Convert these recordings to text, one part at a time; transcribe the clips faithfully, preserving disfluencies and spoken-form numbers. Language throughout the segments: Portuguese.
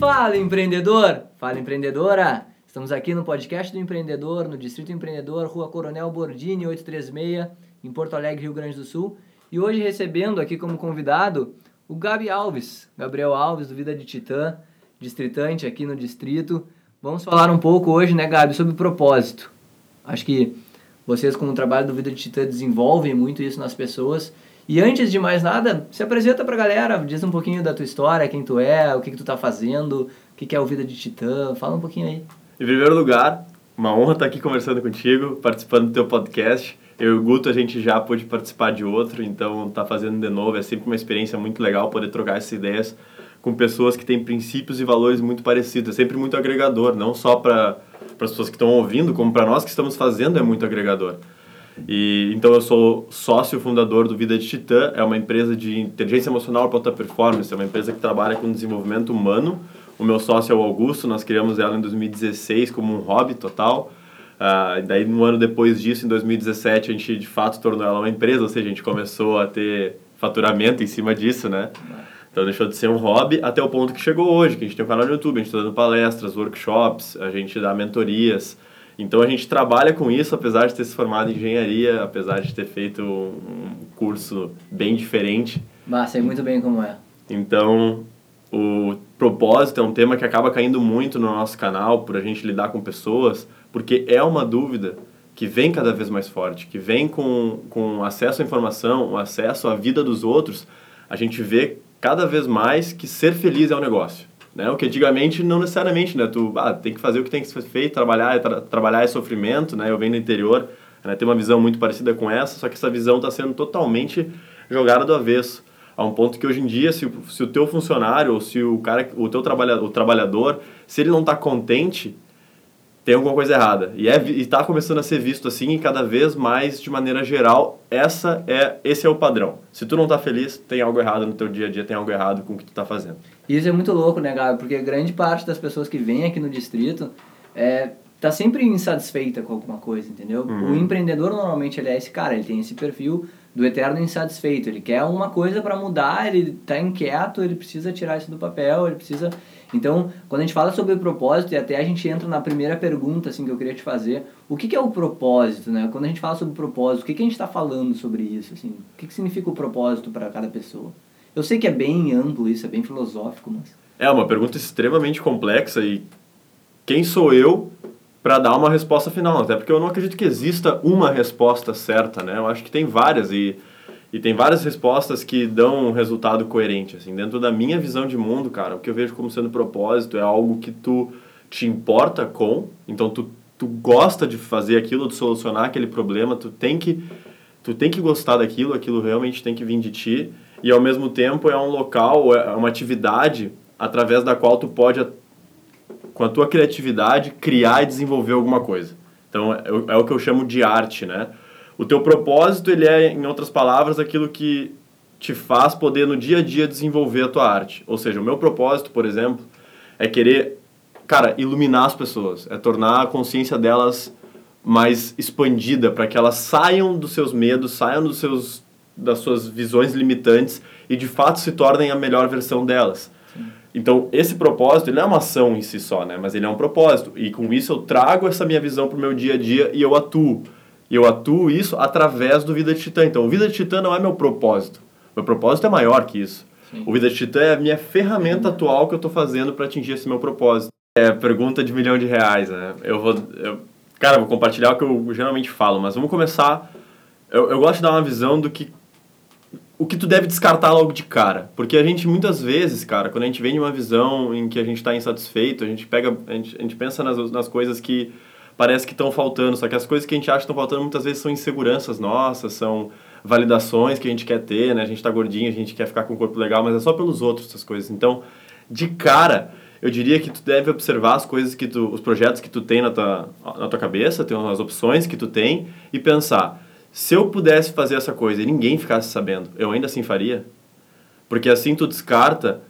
Fala, empreendedor! Fala, empreendedora! Estamos aqui no podcast do empreendedor, no Distrito Empreendedor, Rua Coronel Bordini, oitocentos e trinta e seis, em Porto Alegre, Rio Grande do Sul. E hoje recebendo aqui como convidado o Gabi Alves, Gabriel Alves, do Vida de Titã, distritante aqui no Distrito. Vamos falar um pouco hoje, né, Gabi, sobre propósito. Acho que vocês, com o trabalho do Vida de Titã, desenvolvem muito isso nas pessoas. E antes de mais nada, se apresenta pra galera, diz um pouquinho da tua história, quem tu é, o que, que tu tá fazendo, o que, que é o Vida de Titã, fala um pouquinho aí. Em primeiro lugar, uma honra estar aqui conversando contigo, participando do teu podcast. Eu e o Guto, a gente já pôde participar de outro, então tá fazendo de novo, é sempre uma experiência muito legal poder trocar essas ideias com pessoas que têm princípios e valores muito parecidos. É sempre muito agregador, não só para as pessoas que estão ouvindo, como para nós que estamos fazendo é muito agregador. E, então eu sou sócio fundador do Vida de Titã, é uma empresa de inteligência emocional para alta performance, é uma empresa que trabalha com desenvolvimento humano. O meu sócio é o Augusto, nós criamos ela em dois mil e dezesseis como um hobby total. Uh, daí um ano depois disso, em dois mil e dezessete, a gente de fato tornou ela uma empresa, ou seja, a gente começou a ter faturamento em cima disso, né? Então deixou de ser um hobby até o ponto que chegou hoje, que a gente tem um canal no YouTube, a gente está dando palestras, workshops, a gente dá mentorias. Então a gente trabalha com isso, apesar de ter se formado em engenharia, apesar de ter feito um curso bem diferente. Bah, sei muito bem como é. Então o propósito é um tema que acaba caindo muito no nosso canal por a gente lidar com pessoas, porque é uma dúvida que vem cada vez mais forte, que vem com, com acesso à informação, o acesso à vida dos outros. A gente vê cada vez mais que ser feliz é um negócio. Né? O que antigamente não necessariamente, né? Tu ah, tem que fazer o que tem que ser feito, trabalhar, tra- trabalhar é sofrimento, né? Eu venho do interior, né? Tem uma visão muito parecida com essa, só que essa visão está sendo totalmente jogada do avesso. A um ponto que hoje em dia, se, se o teu funcionário ou se o cara, o teu trabalha, o trabalhador, se ele não está contente, tem alguma coisa errada. E é, está começando a ser visto assim e cada vez mais, de maneira geral, essa é, esse é o padrão. Se tu não está feliz, tem algo errado no teu dia a dia, tem algo errado com o que tu está fazendo. Isso é muito louco, né, Gabi? Porque grande parte das pessoas que vêm aqui no Distrito é, tá sempre insatisfeita com alguma coisa, entendeu? Uhum. O empreendedor, normalmente, ele é esse cara, ele tem esse perfil do eterno insatisfeito. Ele quer uma coisa para mudar, ele tá inquieto, ele precisa tirar isso do papel, ele precisa... Então, quando a gente fala sobre o propósito, e até a gente entra na primeira pergunta assim, que eu queria te fazer, o que, que é o propósito, né? Quando a gente fala sobre propósito, o que, que a gente está falando sobre isso? Assim? O que, que significa o propósito para cada pessoa? Eu sei que é bem amplo isso, é bem filosófico, mas... É uma pergunta extremamente complexa e quem sou eu para dar uma resposta final? Até porque eu não acredito que exista uma resposta certa, né? Eu acho que tem várias e... E tem várias respostas que dão um resultado coerente, assim. Dentro da minha visão de mundo, cara, o que eu vejo como sendo propósito é algo que tu te importa com, então tu, tu gosta de fazer aquilo, de solucionar aquele problema, tu tem que, tu tem que gostar daquilo, aquilo realmente tem que vir de ti, e ao mesmo tempo é um local, é uma atividade através da qual tu pode, com a tua criatividade, criar e desenvolver alguma coisa. Então é, é o que eu chamo de arte, né? O teu propósito, ele é, em outras palavras, aquilo que te faz poder, no dia a dia, desenvolver a tua arte. Ou seja, o meu propósito, por exemplo, é querer, cara, iluminar as pessoas. É tornar a consciência delas mais expandida, para que elas saiam dos seus medos, saiam dos seus, das suas visões limitantes e, de fato, se tornem a melhor versão delas. Sim. Então, esse propósito, ele não é uma ação em si só, né? Mas ele é um propósito. E, com isso, eu trago essa minha visão para o meu dia a dia e eu atuo. E eu atuo isso através do Vida de Titã. Então, o Vida de Titã não é meu propósito. Meu propósito é maior que isso. Sim. O Vida de Titã é a minha ferramenta Sim. atual que eu estou fazendo para atingir esse meu propósito. É pergunta de milhão de reais, né? Eu vou... Eu, cara, vou compartilhar o que eu geralmente falo, mas vamos começar... Eu, eu gosto de dar uma visão do que... O que tu deve descartar logo de cara. Porque a gente, muitas vezes, cara, quando a gente vem de uma visão em que a gente está insatisfeito, a gente pega... A gente, a gente pensa nas, nas coisas que... parece que estão faltando, só que as coisas que a gente acha que estão faltando muitas vezes são inseguranças nossas, são validações que a gente quer ter, né? A gente tá gordinho, a gente quer ficar com o corpo legal, mas é só pelos outros essas coisas. Então, de cara, eu diria que tu deve observar as coisas que tu, os projetos que tu tem na tua, na tua cabeça, tem as opções que tu tem e pensar, se eu pudesse fazer essa coisa e ninguém ficasse sabendo, eu ainda assim faria? Porque assim tu descarta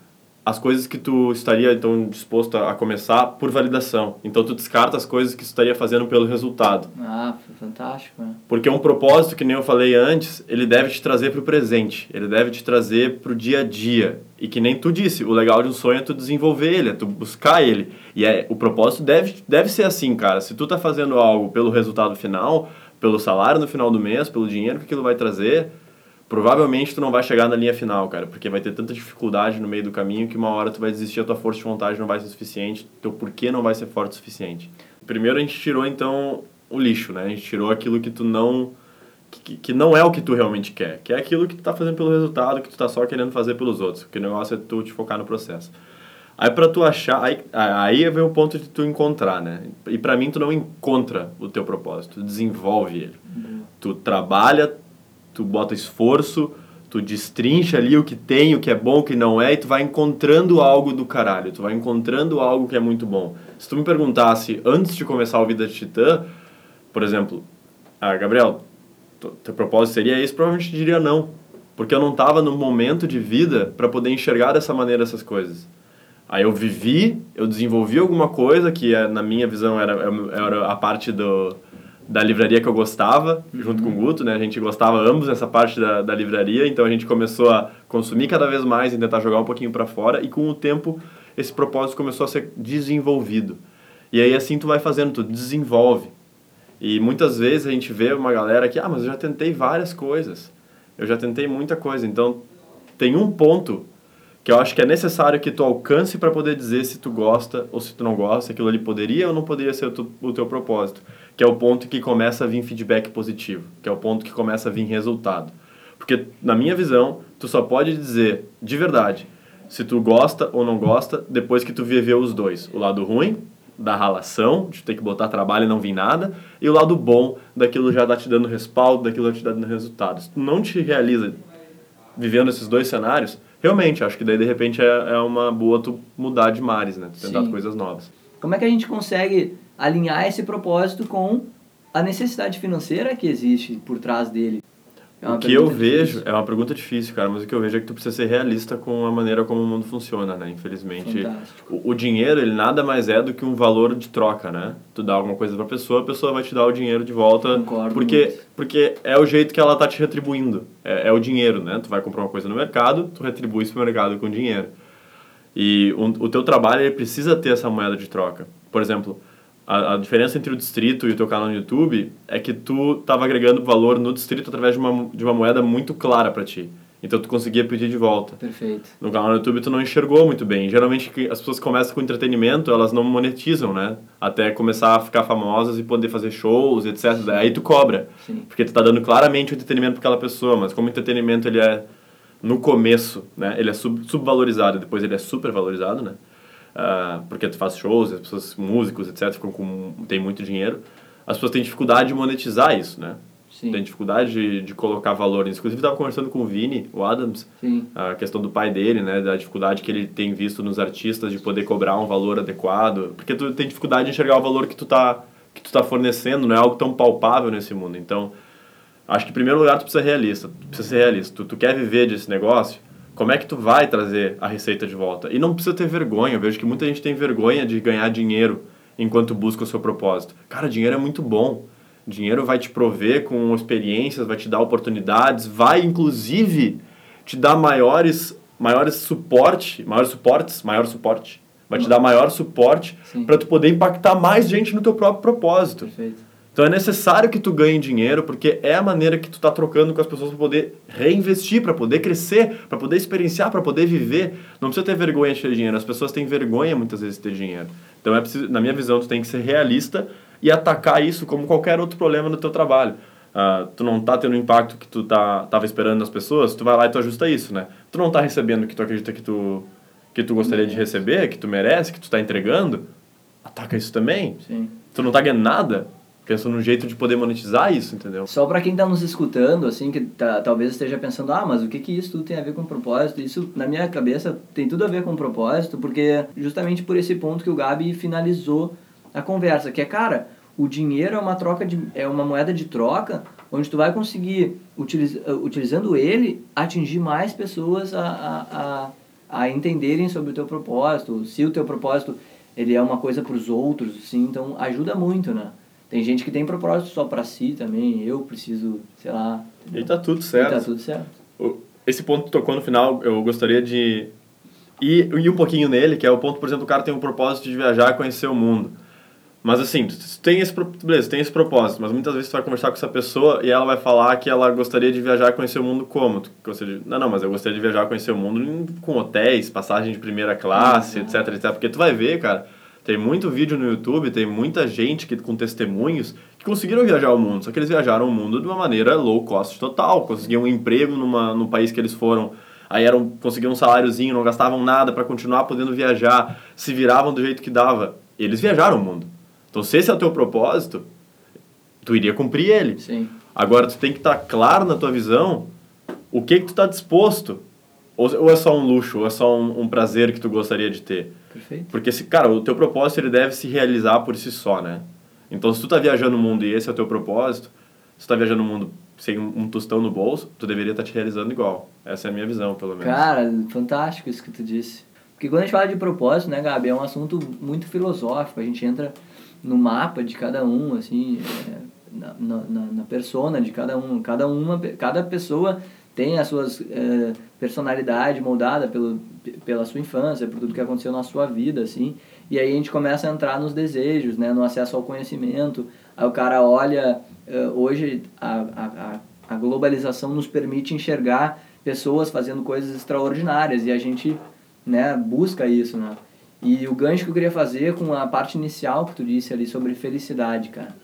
as coisas que tu estaria, então, disposto a começar por validação. Então, tu descarta as coisas que tu estaria fazendo pelo resultado. Ah, foi fantástico, né? Porque um propósito, que nem eu falei antes, ele deve te trazer para o presente. Ele deve te trazer para o dia a dia. E que nem tu disse, o legal de um sonho é tu desenvolver ele, é tu buscar ele. E é, o propósito deve, deve ser assim, cara. Se tu tá fazendo algo pelo resultado final, pelo salário no final do mês, pelo dinheiro que aquilo vai trazer, provavelmente tu não vai chegar na linha final, cara, porque vai ter tanta dificuldade no meio do caminho que uma hora tu vai desistir, a tua força de vontade não vai ser suficiente, teu porquê não vai ser forte o suficiente. Primeiro a gente tirou, então, o lixo, né? A gente tirou aquilo que tu não... Que, que não é o que tu realmente quer, que é aquilo que tu tá fazendo pelo resultado, que tu tá só querendo fazer pelos outros, porque o negócio é tu te focar no processo. Aí pra tu achar, aí, aí vem o ponto de tu encontrar, né? E pra mim tu não encontra o teu propósito, tu desenvolve ele. Uhum. Tu trabalha, tu bota esforço, tu destrincha ali o que tem, o que é bom, o que não é, e tu vai encontrando algo do caralho, tu vai encontrando algo que é muito bom. Se tu me perguntasse, antes de começar o Vida de Titã, por exemplo, ah, Gabriel, teu propósito seria esse? Provavelmente eu diria não, porque eu não estava no momento de vida para poder enxergar dessa maneira essas coisas. Aí eu vivi, eu desenvolvi alguma coisa que na minha visão era, era a parte do... da livraria que eu gostava, junto com o Guto, né? A gente gostava ambos dessa parte da, da livraria, então a gente começou a consumir cada vez mais e tentar jogar um pouquinho para fora, e com o tempo esse propósito começou a ser desenvolvido. E aí assim tu vai fazendo, tu desenvolve. E muitas vezes a gente vê uma galera que, ah, mas eu já tentei várias coisas, eu já tentei muita coisa, então tem um ponto que eu acho que é necessário que tu alcance para poder dizer se tu gosta ou se tu não gosta, se aquilo ali poderia ou não poderia ser o, tu, o teu propósito, que é o ponto que começa a vir feedback positivo, que é o ponto que começa a vir resultado. Porque, na minha visão, tu só pode dizer, de verdade, se tu gosta ou não gosta, depois que tu viveu os dois. O lado ruim, da ralação, de ter que botar trabalho e não vir nada, e o lado bom, daquilo já tá te dando respaldo, daquilo já te dando resultado. Se tu não te realiza vivendo esses dois cenários, realmente, acho que daí, de repente, é, é uma boa tu mudar de mares, né? Tu tentar Sim. coisas novas. Como é que a gente consegue alinhar esse propósito com a necessidade financeira que existe por trás dele? É o que eu vejo, é uma pergunta difícil, cara, mas o que eu vejo é que tu precisa ser realista com a maneira como o mundo funciona, né? Infelizmente, o, o dinheiro, ele nada mais é do que um valor de troca, né? Tu dá alguma coisa pra pessoa, a pessoa vai te dar o dinheiro de volta. Concordo porque muito. Porque é o jeito que ela tá te retribuindo. É, é o dinheiro, né? Tu vai comprar uma coisa no mercado, tu retribui isso pro mercado com dinheiro. E o, o teu trabalho, ele precisa ter essa moeda de troca. Por exemplo, A, a diferença entre o Distrito e o teu canal no YouTube é que tu estava agregando valor no Distrito através de uma, de uma moeda muito clara para ti. Então tu conseguia pedir de volta. Perfeito. No canal no YouTube tu não enxergou muito bem. Geralmente as pessoas começam com entretenimento, elas não monetizam, né? Até começar a ficar famosas e poder fazer shows, etcétera. Sim. Aí tu cobra. Sim. Porque tu tá dando claramente o entretenimento para aquela pessoa, mas como o entretenimento ele é no começo, né? Ele é sub, subvalorizado, depois ele é supervalorizado, né? Uh, porque tu faz shows, as pessoas, músicos, etcétera, ficam com, tem muito dinheiro, as pessoas têm dificuldade de monetizar isso, né? Sim. Tem dificuldade de, de colocar valor nisso. Inclusive, eu estava conversando com o Vini, o Adams, Sim. a questão do pai dele, né? Da dificuldade que ele tem visto nos artistas de poder cobrar um valor adequado, porque tu tem dificuldade de enxergar o valor que tu tá, que tu tá fornecendo, não é algo tão palpável nesse mundo. Então, acho que em primeiro lugar tu precisa ser realista, tu precisa ser realista. Tu, tu quer viver desse negócio? Como é que tu vai trazer a receita de volta? E não precisa ter vergonha. Eu vejo que muita gente tem vergonha de ganhar dinheiro enquanto busca o seu propósito. Cara, dinheiro é muito bom. Dinheiro vai te prover com experiências, vai te dar oportunidades, vai, inclusive, te dar maiores, maiores suporte, maiores suportes, maior suporte. Vai te dar maior suporte para tu poder impactar mais gente no teu próprio propósito. Perfeito. Então é necessário que tu ganhe dinheiro, porque é a maneira que tu tá trocando com as pessoas para poder reinvestir, para poder crescer, para poder experienciar, para poder viver. Não precisa ter vergonha de ter dinheiro. As pessoas têm vergonha muitas vezes de ter dinheiro. Então é preciso, na minha visão, tu tem que ser realista e atacar isso como qualquer outro problema no teu trabalho. Uh, tu não tá tendo o impacto que tu tá, tava esperando nas pessoas, tu vai lá e tu ajusta isso, né? Tu não tá recebendo o que tu acredita que tu, que tu gostaria de receber, que tu merece, que tu tá entregando, ataca isso também. Sim. Tu não tá ganhando nada, pensa num jeito de poder monetizar isso, entendeu? Só para quem tá nos escutando, assim, que tá, talvez esteja pensando, ah, mas o que que isso tudo tem a ver com propósito? Isso, na minha cabeça, tem tudo a ver com propósito, porque justamente por esse ponto que o Gabi finalizou a conversa, que é, cara, o dinheiro é uma troca de, é uma moeda de troca, onde tu vai conseguir, utiliz, utilizando ele, atingir mais pessoas a, a, a, a entenderem sobre o teu propósito, se o teu propósito ele é uma coisa para os outros, assim, então ajuda muito, né? Tem gente que tem propósito só para si também, eu preciso, sei lá... Entendeu? E tá tudo certo. E tá tudo certo. Esse ponto que tocou no final, eu gostaria de ir, ir um pouquinho nele, que é o ponto, por exemplo, o cara tem um propósito de viajar e conhecer o mundo. Mas assim, tu tem esse, beleza, tem esse propósito, mas muitas vezes tu vai conversar com essa pessoa e ela vai falar que ela gostaria de viajar e conhecer o mundo como? Tu gostaria de, não, não, mas eu gostaria de viajar e conhecer o mundo com hotéis, passagem de primeira classe, uhum. etc, etc. Porque tu vai ver, cara, tem muito vídeo no YouTube, tem muita gente que, com testemunhos que conseguiram viajar o mundo, só que eles viajaram o mundo de uma maneira low cost total, conseguiam um emprego numa, no país que eles foram, aí eram, conseguiam um saláriozinho, não gastavam nada para continuar podendo viajar, se viravam do jeito que dava. Eles viajaram o mundo. Então, se esse é o teu propósito, tu iria cumprir ele. Sim. Agora, tu tem que estar claro na tua visão o que que tu está disposto. Ou, ou é só um luxo, ou é só um, um prazer que tu gostaria de ter. Perfeito. Porque, se, cara, o teu propósito ele deve se realizar por si só, né? Então, se tu tá viajando o mundo e esse é o teu propósito, se tu tá viajando o mundo sem um, um tostão no bolso, tu deveria estar te realizando igual. Essa é a minha visão, pelo menos. Cara, fantástico isso que tu disse. Porque quando a gente fala de propósito, né, Gabi, é um assunto muito filosófico. A gente entra no mapa de cada um, assim, é, na, na, na persona de cada um. Cada, uma, cada pessoa tem as suas é, personalidade moldada pelo, pela sua infância, por tudo que aconteceu na sua vida, assim. E aí a gente começa a entrar nos desejos, né, no acesso ao conhecimento. Aí o cara olha, é, hoje a, a, a globalização nos permite enxergar pessoas fazendo coisas extraordinárias e a gente, né, busca isso, né? E o gancho que eu queria fazer com a parte inicial que tu disse ali sobre felicidade, cara.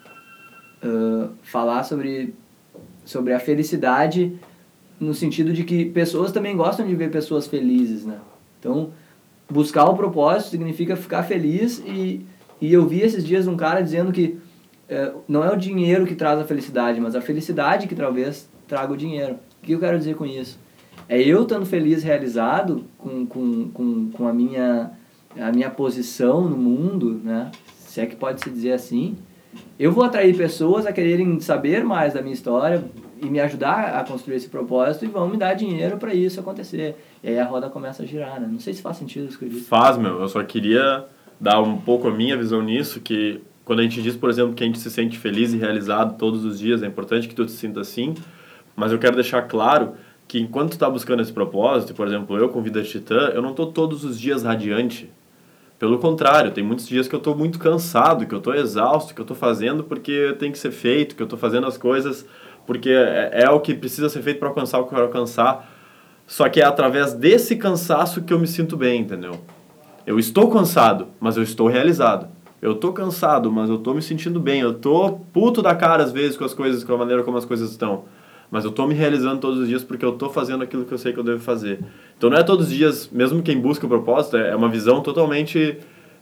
Uh, falar sobre, sobre a felicidade no sentido de que pessoas também gostam de ver pessoas felizes, né? Então, buscar o propósito significa ficar feliz e, e eu vi esses dias um cara dizendo que uh, não é o dinheiro que traz a felicidade, mas a felicidade que talvez traga o dinheiro. O que eu quero dizer com isso? É eu estando feliz, realizado com, com, com, com a minha... a minha posição no mundo, né? Se é que pode se dizer assim, eu vou atrair pessoas a quererem saber mais da minha história e me ajudar a construir esse propósito e vão me dar dinheiro para isso acontecer. E aí a roda começa a girar, né? Não sei se faz sentido isso que eu disse. Faz, meu. Eu só queria dar um pouco a minha visão nisso, que quando a gente diz, por exemplo, que a gente se sente feliz e realizado todos os dias, é importante que tu te sinta assim, mas eu quero deixar claro que enquanto tu tá buscando esse propósito, por exemplo, eu com Vida Titã, eu não tô todos os dias radiante. Pelo contrário, tem muitos dias que eu estou muito cansado, que eu estou exausto, que eu estou fazendo porque tem que ser feito, que eu estou fazendo as coisas porque é, é o que precisa ser feito para alcançar o que eu quero alcançar. Só que é através desse cansaço que eu me sinto bem, entendeu? Eu estou cansado, mas eu estou realizado. Eu estou cansado, mas eu estou me sentindo bem. Eu estou puto da cara às vezes com as coisas, com a maneira como as coisas estão. Mas eu estou me realizando todos os dias porque eu estou fazendo aquilo que eu sei que eu devo fazer. Então não é todos os dias, mesmo quem busca o propósito, é uma visão totalmente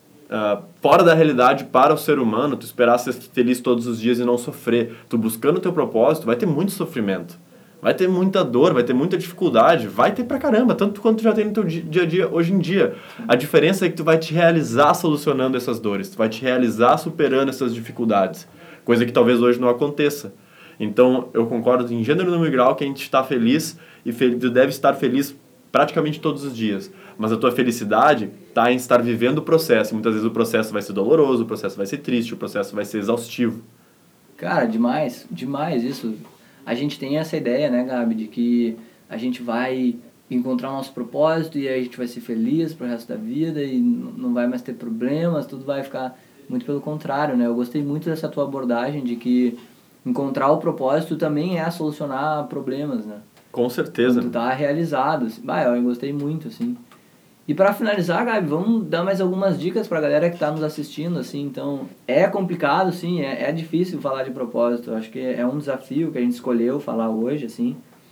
uh, fora da realidade para o ser humano, tu esperar ser feliz todos os dias e não sofrer. Tu buscando o teu propósito, vai ter muito sofrimento. Vai ter muita dor, vai ter muita dificuldade, vai ter pra caramba, tanto quanto tu já tem no teu dia a dia hoje em dia. A diferença é que tu vai te realizar solucionando essas dores, tu vai te realizar superando essas dificuldades, coisa que talvez hoje não aconteça. Então, eu concordo em gênero, número e grau que a gente está feliz e fe- deve estar feliz praticamente todos os dias. Mas a tua felicidade está em estar vivendo o processo. Muitas vezes o processo vai ser doloroso, o processo vai ser triste, o processo vai ser exaustivo. Cara, demais, demais isso. A gente tem essa ideia, né, Gabi, de que a gente vai encontrar o nosso propósito e aí a gente vai ser feliz pro resto da vida e n- não vai mais ter problemas, tudo vai ficar muito pelo contrário, né? Eu gostei muito dessa tua abordagem de que encontrar o propósito também é solucionar problemas, né? Com certeza. Quando tu tá realizado. Assim. Bah, eu gostei muito, assim. E para finalizar, Gabi, vamos dar mais algumas dicas pra galera que tá nos assistindo, assim. Então, é complicado, sim, é, é difícil falar de propósito. Acho que é um desafio que a gente escolheu falar hoje, assim.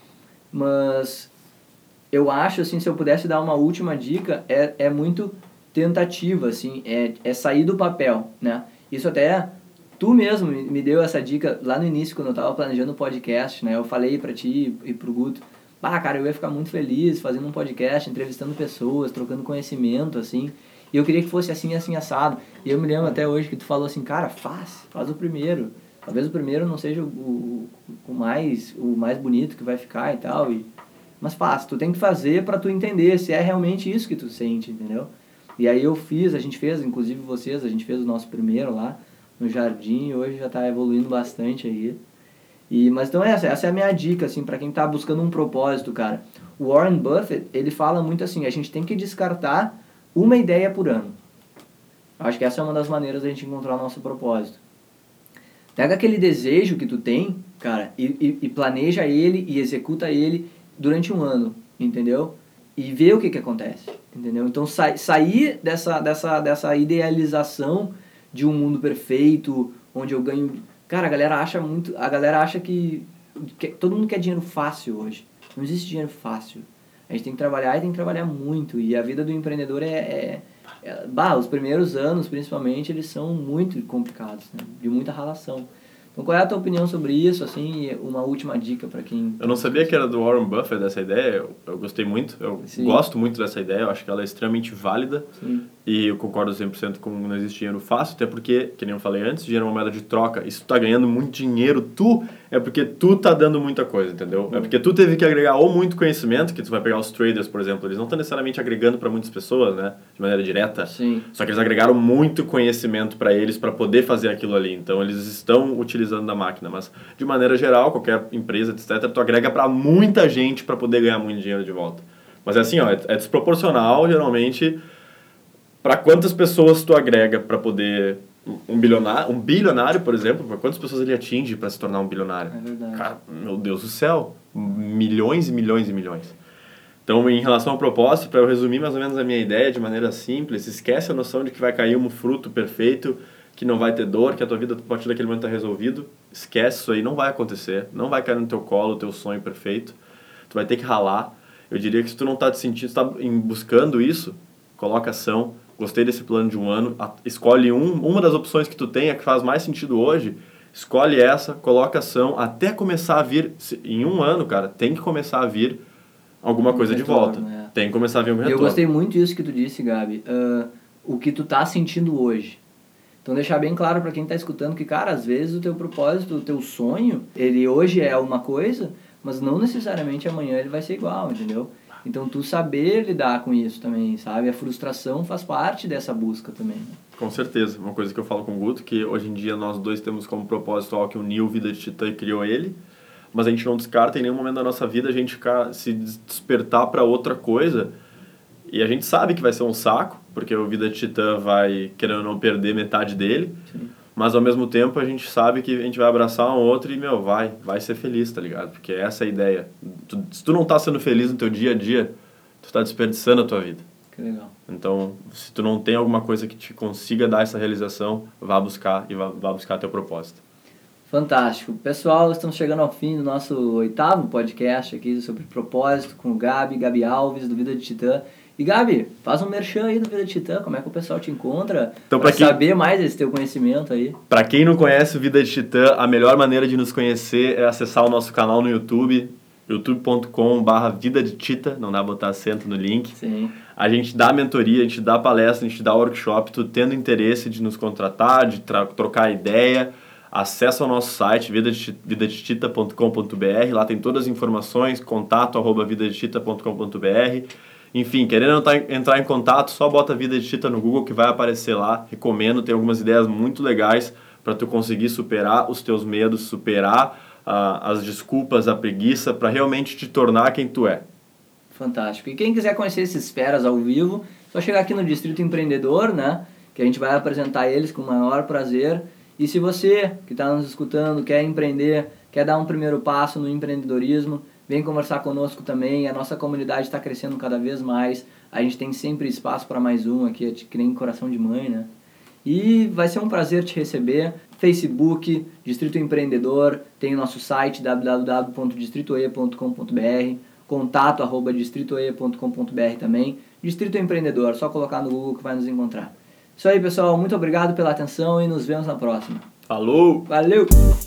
Mas eu acho, assim, se eu pudesse dar uma última dica, é, é muito tentativa, assim. É, é sair do papel, né? Isso até... Tu mesmo me deu essa dica lá no início, quando eu tava planejando o podcast, né? Eu falei pra ti e pro Guto, ah, cara, eu ia ficar muito feliz fazendo um podcast, entrevistando pessoas, trocando conhecimento, assim. E eu queria que fosse assim, assim, assado. E eu me lembro até hoje que tu falou assim, cara, faz, faz o primeiro. Talvez o primeiro não seja o, o, o, mais, o mais bonito que vai ficar e tal. E, mas faz, tu tem que fazer para tu entender se é realmente isso que tu sente, entendeu? E aí eu fiz, a gente fez, inclusive vocês, a gente fez o nosso primeiro lá no Jardim, hoje já tá evoluindo bastante aí. E, mas então essa, essa é a minha dica, assim, para quem tá buscando um propósito, cara. O Warren Buffett, ele fala muito assim, a gente tem que descartar uma ideia por ano. Eu acho que essa é uma das maneiras da gente encontrar o nosso propósito. Pega aquele desejo que tu tem, cara, e, e, e planeja ele e executa ele durante um ano, entendeu? E vê o que que acontece, entendeu? Então sa- sair dessa, dessa, dessa idealização de um mundo perfeito, onde eu ganho... Cara, a galera acha muito... A galera acha que, que... Todo mundo quer dinheiro fácil hoje. Não existe dinheiro fácil. A gente tem que trabalhar e tem que trabalhar muito. E a vida do empreendedor é... é, é bah, os primeiros anos, principalmente, eles são muito complicados, né? De muita ralação. Então, qual é a tua opinião sobre isso, assim, uma última dica para quem... Eu não sabia que era do Warren Buffett essa ideia, eu, eu gostei muito, eu Sim. gosto muito dessa ideia, eu acho que ela é extremamente válida. Sim. E eu concordo cem por cento com não existe dinheiro fácil, até porque, que nem eu falei antes, dinheiro é uma moeda de troca, e se tu tá ganhando muito dinheiro, tu, é porque tu tá dando muita coisa, entendeu? Uhum. É porque tu teve que agregar ou muito conhecimento, que tu vai pegar os traders, por exemplo, eles não estão necessariamente agregando para muitas pessoas, né, de maneira direta, Sim. Só que eles agregaram muito conhecimento para eles para poder fazer aquilo ali, então eles estão utilizando da máquina, mas de maneira geral, qualquer empresa, etcétera, tu agrega para muita gente para poder ganhar muito dinheiro de volta. Mas é assim, ó, é, é desproporcional, geralmente, para quantas pessoas tu agrega para poder... Um bilionário, um bilionário, por exemplo, para quantas pessoas ele atinge para se tornar um bilionário? É verdade. Cara, meu Deus do céu, milhões e milhões e milhões. Então, em relação ao propósito, para eu resumir mais ou menos a minha ideia de maneira simples, esquece a noção de que vai cair um fruto perfeito, que não vai ter dor, que a tua vida a partir daquele momento está resolvido. Esquece isso aí, não vai acontecer, não vai cair no teu colo o teu sonho perfeito. Tu vai ter que ralar. Eu diria que se tu não está te sentindo, está buscando isso, coloca ação. Gostei desse plano de um ano, escolhe um, uma das opções que tu tem, a que faz mais sentido hoje, escolhe essa, coloca ação, até começar a vir, em um ano, cara, tem que começar a vir alguma um coisa retorno, de volta. É. Tem que começar a vir um retorno. Eu gostei muito disso que tu disse, Gabi, uh, o que tu tá sentindo hoje. Então deixar bem claro para quem tá escutando que, cara, às vezes o teu propósito, o teu sonho, ele hoje é uma coisa, mas não necessariamente amanhã ele vai ser igual, entendeu? Então, tu saber lidar com isso também, sabe? A frustração faz parte dessa busca também. Com certeza. Uma coisa que eu falo com o Guto, que hoje em dia nós dois temos como propósito algo que uniu Vida de Titã e criou ele, mas a gente não descarta em nenhum momento da nossa vida a gente ficar, se despertar para outra coisa, e a gente sabe que vai ser um saco, porque o Vida de Titã vai, querendo ou não, perder metade dele, Sim. mas ao mesmo tempo a gente sabe que a gente vai abraçar um outro e, meu, vai, vai ser feliz, tá ligado? Porque essa é a ideia. Tu, se tu não tá sendo feliz no teu dia a dia, tu tá desperdiçando a tua vida. Que legal. Então, se tu não tem alguma coisa que te consiga dar essa realização, vá buscar e vá, vá buscar teu propósito. Fantástico. Pessoal, estamos chegando ao fim do nosso oitavo podcast aqui sobre propósito com o Gabi, Gabi Alves, do Vida de Titã. E Gabi, faz um merchan aí do Vida de Titã, como é que o pessoal te encontra, então, para quem... saber mais desse teu conhecimento aí. Para quem não conhece o Vida de Titã, a melhor maneira de nos conhecer é acessar o nosso canal no YouTube, youtube ponto com barra vida de tita, não dá pra botar acento no link. Sim. A gente dá mentoria, a gente dá palestra, a gente dá workshop, tu tendo interesse de nos contratar, de tra- trocar ideia, acessa o nosso site, vida de tita ponto com ponto b r, lá tem todas as informações, contato arroba vida de tita ponto com ponto b r. Enfim, querendo entrar em contato, só bota Vida de Tita no Google que vai aparecer lá. Recomendo, tem algumas ideias muito legais para tu conseguir superar os teus medos, superar uh, as desculpas, a preguiça, para realmente te tornar quem tu é. Fantástico. E quem quiser conhecer esses feras ao vivo, só chegar aqui no Distrito Empreendedor, né? Que a gente vai apresentar eles com o maior prazer. E se você que está nos escutando quer empreender, quer dar um primeiro passo no empreendedorismo, vem conversar conosco também, a nossa comunidade está crescendo cada vez mais, a gente tem sempre espaço para mais um aqui, que nem coração de mãe, né? E vai ser um prazer te receber. Facebook, Distrito Empreendedor, tem o nosso site w w w ponto distrito e ponto com ponto b r, contato arroba distrito e ponto com ponto b r também. Distrito Empreendedor, só colocar no Google que vai nos encontrar. Isso aí, pessoal, muito obrigado pela atenção e nos vemos na próxima. Falou! Valeu!